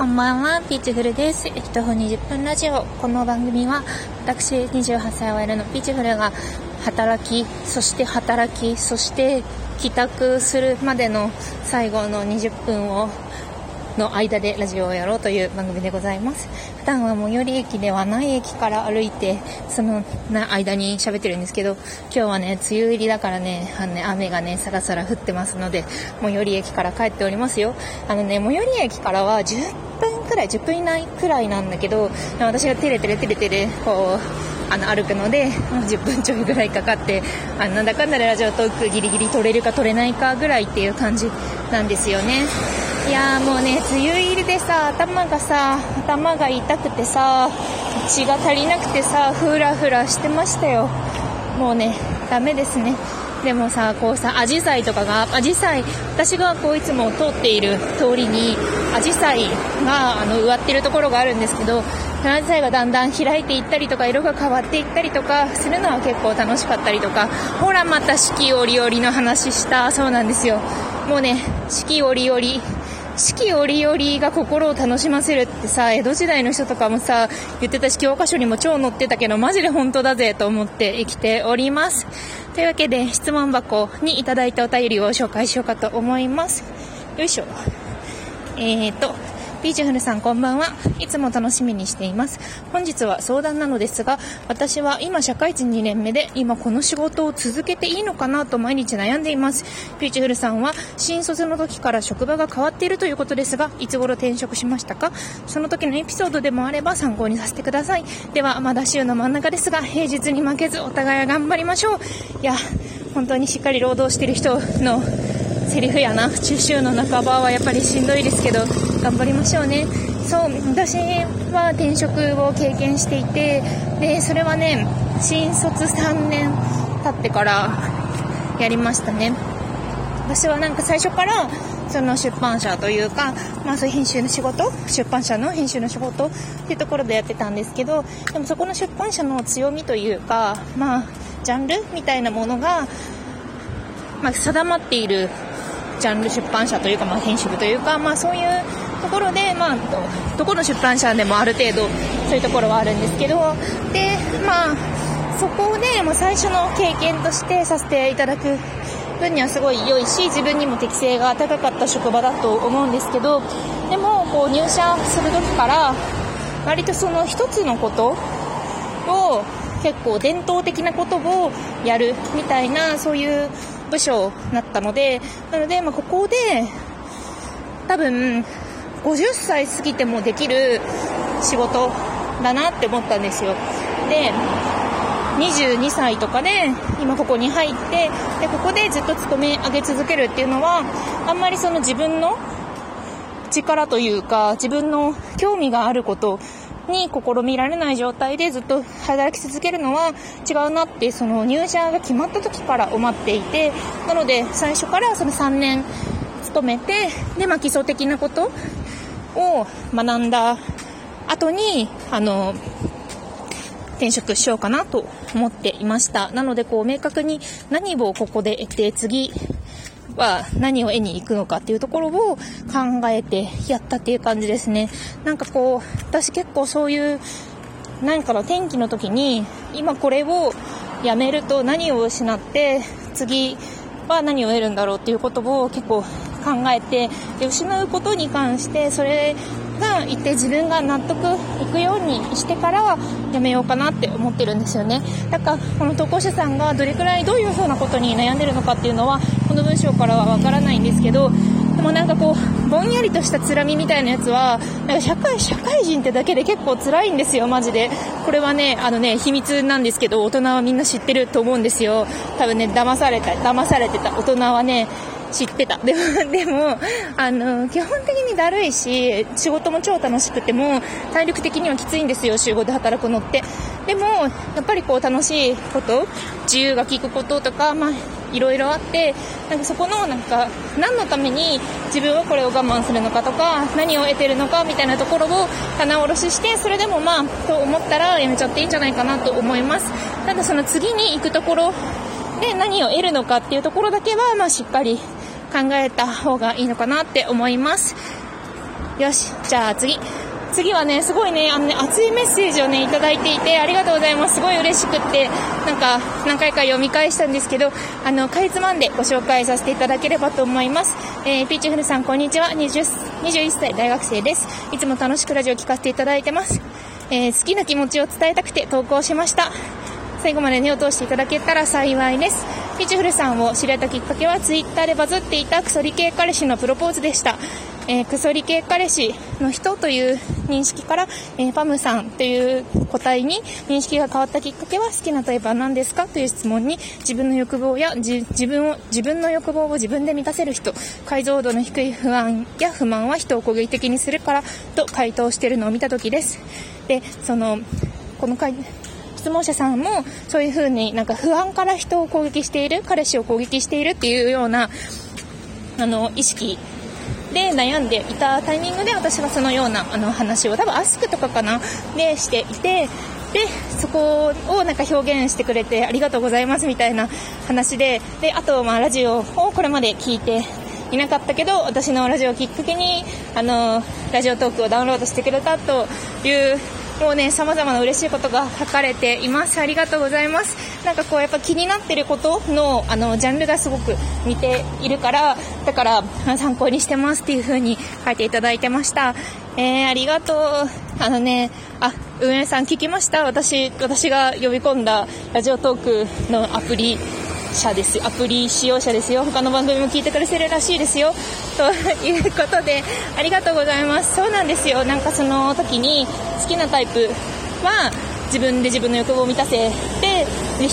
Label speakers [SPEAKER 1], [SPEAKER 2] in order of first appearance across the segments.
[SPEAKER 1] こんばんは、ピーチフルです。徒歩20分ラジオ。この番組は私28歳 OL のピーチフルが働き、そして帰宅するまでの最後の20分の間でラジオをやろうという番組でございます。普段は最寄り駅ではない駅から歩いてその間に喋ってるんですけど、今日はね梅雨入りだからね、雨がねさらさら降ってますので、最寄り駅から帰っておりますよ。最寄り駅からは10分以内くらいなんだけど、私がテレこう歩くので10分ちょいぐらいかかって、なんだかんだでラジオトークギリギリ取れるか取れないかぐらいっていう感じなんですよね。いやーもうね、梅雨入りでさ、頭が痛くてさ、血が足りなくてさ、フラフラしてましたよ。もうね、ダメですね。でもさ、こうさ、アジサイ、私がこういつも通っている通りにアジサイが植わってるところがあるんですけど、アジサイがだんだん開いていったりとか、色が変わっていったりとかするのは結構楽しかったりとか、ほらまた四季折々の話した。そうなんですよ。もうね、四季折々が心を楽しませるってさ、江戸時代の人とかもさ言ってたし、教科書にも超載ってたけど、マジで本当だぜと思って生きております。というわけで、質問箱にいただいたお便りを紹介しようかと思います。よいしょ。ピーチフルさん、こんばんは。いつも楽しみにしています。本日は相談なのですが、私は今社会人2年目で、今この仕事を続けていいのかなと毎日悩んでいます。ピーチフルさんは新卒の時から職場が変わっているということですが、いつ頃転職しましたか？その時のエピソードでもあれば参考にさせてください。では、まだ週の真ん中ですが、平日に負けずお互い頑張りましょう。いや、本当にしっかり労働している人のセリフやな。週の半ばはやっぱりしんどいですけど、頑張りましょうね。そう、私は転職を経験していて、でそれはね、新卒3年経ってからやりましたね。私はなんか最初からその出版社というか、そういう出版社の編集の仕事っていうところでやってたんですけど、でもそこの出版社の強みというか、ジャンルみたいなものが、定まっているジャンル出版社というか、編集部というか、そういうところで、どこの出版社でもある程度そういうところはあるんですけど、でそこでもう最初の経験としてさせていただく分にはすごい良いし、自分にも適性が高かった職場だと思うんですけど、でもこう入社する時から割とその一つのことを結構伝統的なことをやるみたいな、そういう部署になったので、ここで多分50歳過ぎてもできる仕事だなって思ったんですよ。で、22歳とかで今ここに入って、でここでずっと勤め上げ続けるっていうのは、あんまりその自分の力というか、自分の興味があることに試みられない状態でずっと働き続けるのは違うなって、その入社が決まった時から思っていて、なので最初からその3年勤めて、で基礎的なことを学んだ後に転職しようかなと思っていました。なのでこう明確に何をここで得て、次は何を得に行くのかっていうところを考えてやったっていう感じですね。なんかこう、私結構そういう何かの転機の時に、今これをやめると何を失って次は何を得るんだろうっていうことを結構考えて、で失うことに関してそれが一定自分が納得いくようにしてからやめようかなって思ってるんですよね。だからこの投稿者さんがどれくらいどういう風なことに悩んでるのかっていうのはこの文章からはわからないんですけど、でもなんかこうぼんやりとしたつらみみたいなやつは、なんか社会人ってだけで結構辛いんですよ、マジで。これはね秘密なんですけど、大人はみんな知ってると思うんですよ。多分ね、騙されてた大人はね知ってた。でも基本的にだるいし、仕事も超楽しくても体力的にはきついんですよ、週5で働くのって。でもやっぱりこう楽しいこと、自由が利くこととかいろいろあって、なんかそこのなんか何のために自分はこれを我慢するのかとか、何を得てるのかみたいなところを棚卸しして、それでもと思ったらやめちゃっていいんじゃないかなと思います。ただその次に行くところで何を得るのかっていうところだけはしっかり考えた方がいいのかなって思います。 よし、じゃあ次はね、すごいね、熱いメッセージをね、いただいていて、ありがとうございます。すごい嬉しくって、なんか、何回か読み返したんですけど、かいつまんでご紹介させていただければと思います。ピーチフルさん、こんにちは。21歳大学生です。いつも楽しくラジオを聞かせていただいてます。好きな気持ちを伝えたくて投稿しました。最後まで目を通していただけたら幸いです。ピーチフルさんを知れたきっかけは、ツイッターでバズっていたクソリ系彼氏のプロポーズでした。クソリ系彼氏の人という認識から、パムさんという個体に認識が変わったきっかけは、好きなタイプは何ですかという質問に、自分の欲望や自分の欲望を自分で満たせる人、解像度の低い不安や不満は人を攻撃的にするからと回答しているのを見たときです。で、この質問者さんもそういう風になんか不安から人を攻撃している、彼氏を攻撃しているっていうような意識で悩んでいたタイミングで、私はそのような話を多分アスクとかかなでしていて、でそこをなんか表現してくれてありがとうございますみたいな話で、あとラジオをこれまで聞いていなかったけど、私のラジオをきっかけにラジオトークをダウンロードしてくれたという、もうね、様々な嬉しいことが書かれています。ありがとうございます。なんかやっぱ気になってることのジャンルがすごく似ているから、だから参考にしてますっていう風に書いていただいてました。ありがとう。運営さん聞きました。私が呼び込んだラジオトークのアプリ使用者ですよ。他の番組も聞いてくれてるらしいですよ。ということで、ありがとうございます。そうなんですよ。なんかその時に好きなタイプは自分で自分の欲望を満たせて、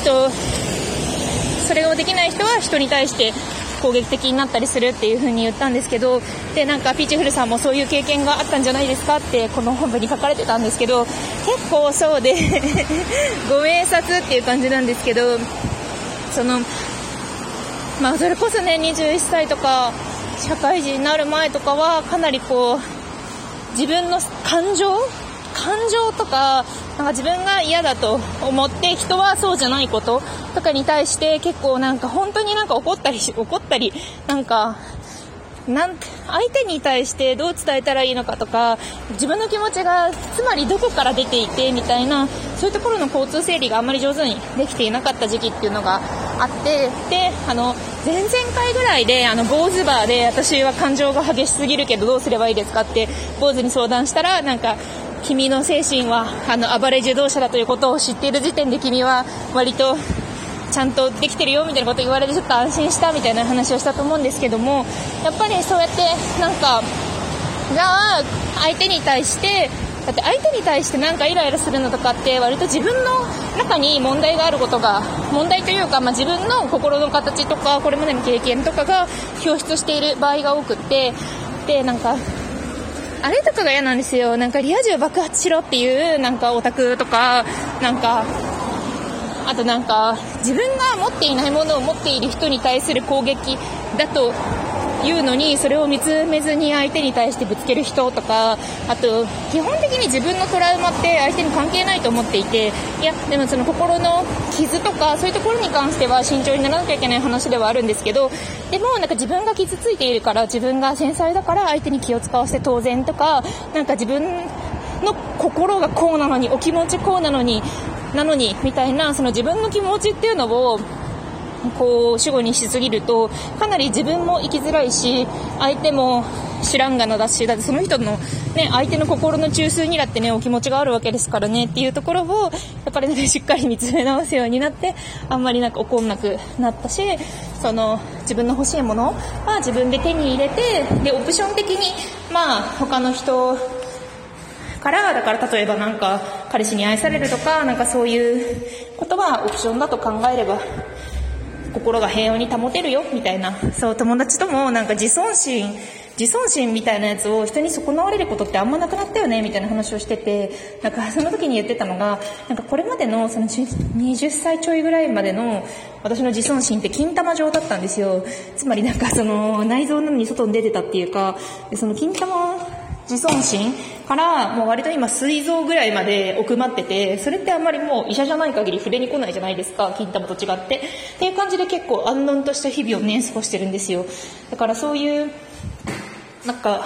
[SPEAKER 1] それをできない人は人に対して攻撃的になったりするっていう風に言ったんですけど、でなんかピーチフルさんもそういう経験があったんじゃないですかってこの本文に書かれてたんですけど、結構そうでご明察っていう感じなんですけど、それこそね、21歳とか社会人になる前とかはかなり自分の感情とか、なんか自分が嫌だと思って人はそうじゃないこととかに対して結構なんか本当になんか怒ったりなんか相手に対してどう伝えたらいいのかとか、自分の気持ちがつまりどこから出ていてみたいな、そういうところの交通整理があんまり上手にできていなかった時期っていうのがあって、で前々回ぐらいで坊主バーで私は感情が激しすぎるけどどうすればいいですかって坊主に相談したら、なんか君の精神は暴れ受動者だということを知っている時点で君は割とちゃんとできてるよみたいなこと言われてちょっと安心したみたいな話をしたと思うんですけども、やっぱりそうやってなんかじゃあ相手に対してなんかイライラするのとかって割と自分の中に問題があることが、問題というか、自分の心の形とかこれまでの経験とかが表出している場合が多くって、でなんかあれとかが嫌なんですよ。なんかリア充爆発しろっていうなんかオタクとか、なんかあとなんか自分が持っていないものを持っている人に対する攻撃だというのにそれを見つめずに相手に対してぶつける人とか、あと基本的に自分のトラウマって相手に関係ないと思っていて、いやでもその心の傷とかそういうところに関しては慎重にならなきゃいけない話ではあるんですけど、でもなんか自分が傷ついているから、自分が繊細だから相手に気を使わせて当然とか、なんか自分の心がこうなのに、お気持ちこうなのにみたいな、その自分の気持ちっていうのを主語にしすぎるとかなり自分も生きづらいし、相手も知らんがなだし、だってその人のね、相手の心の中枢にだってね、お気持ちがあるわけですからねっていうところをやっぱりね、しっかり見つめ直すようになって、あんまりなんか怒んなくなったし、その自分の欲しいものは自分で手に入れて、でオプション的に他の人からだから例えばなんか彼氏に愛されるとかなんかそういうことはオプションだと考えれば心が平穏に保てるよみたいな、そう友達ともなんか自尊心みたいなやつを人に損なわれることってあんまなくなったよねみたいな話をしてて、なんかその時に言ってたのが、なんかこれまでのその20歳ちょいぐらいまでの私の自尊心って金玉状だったんですよ。つまりなんかその内臓なのに外に出てたっていうか、その金玉自尊心からもう割と今膵臓ぐらいまで奥まってて、それってあんまりもう医者じゃない限り触れに来ないじゃないですか、金玉と違ってっていう感じで結構安穏とした日々をね過ごしてるんですよ。だからそういうなんか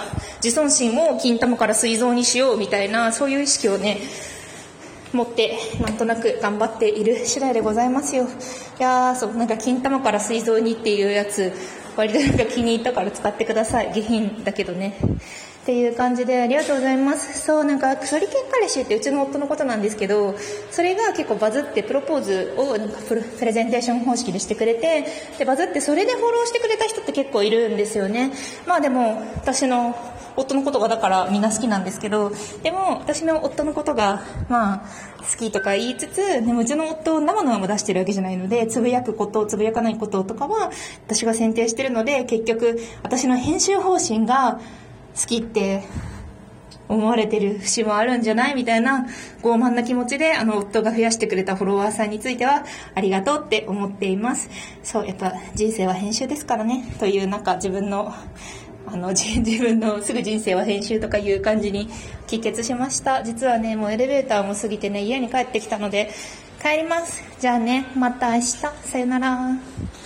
[SPEAKER 1] 自尊心を金玉から膵臓にしようみたいな、そういう意識をね持ってなんとなく頑張っている次第でございますよ。いやー、そう、なんか金玉から膵臓にっていうやつ割となんか気に入ったから使ってください。下品だけどねっていう感じで、ありがとうございます。そう、なんかクソリケン彼氏ってうちの夫のことなんですけど、それが結構バズってプロポーズをなんかプレゼンテーション方式でしてくれて、でバズってそれでフォローしてくれた人って結構いるんですよね。まあでも私の夫のことがだからみんな好きなんですけど、でも私の夫のことがまあ好きとか言いつつ、でもうちの夫を生のまま出してるわけじゃないので、つぶやくことつぶやかないこととかは私が選定してるので、結局私の編集方針が好きって思われてる節もあるんじゃないみたいな傲慢な気持ちで、夫が増やしてくれたフォロワーさんについてはありがとうって思っています。そう、やっぱ人生は編集ですからねという、なんか自分のすぐ人生は編集とかいう感じに帰結しました。実はね、もうエレベーターも過ぎてね、家に帰ってきたので帰ります。じゃあね、また明日、さよなら。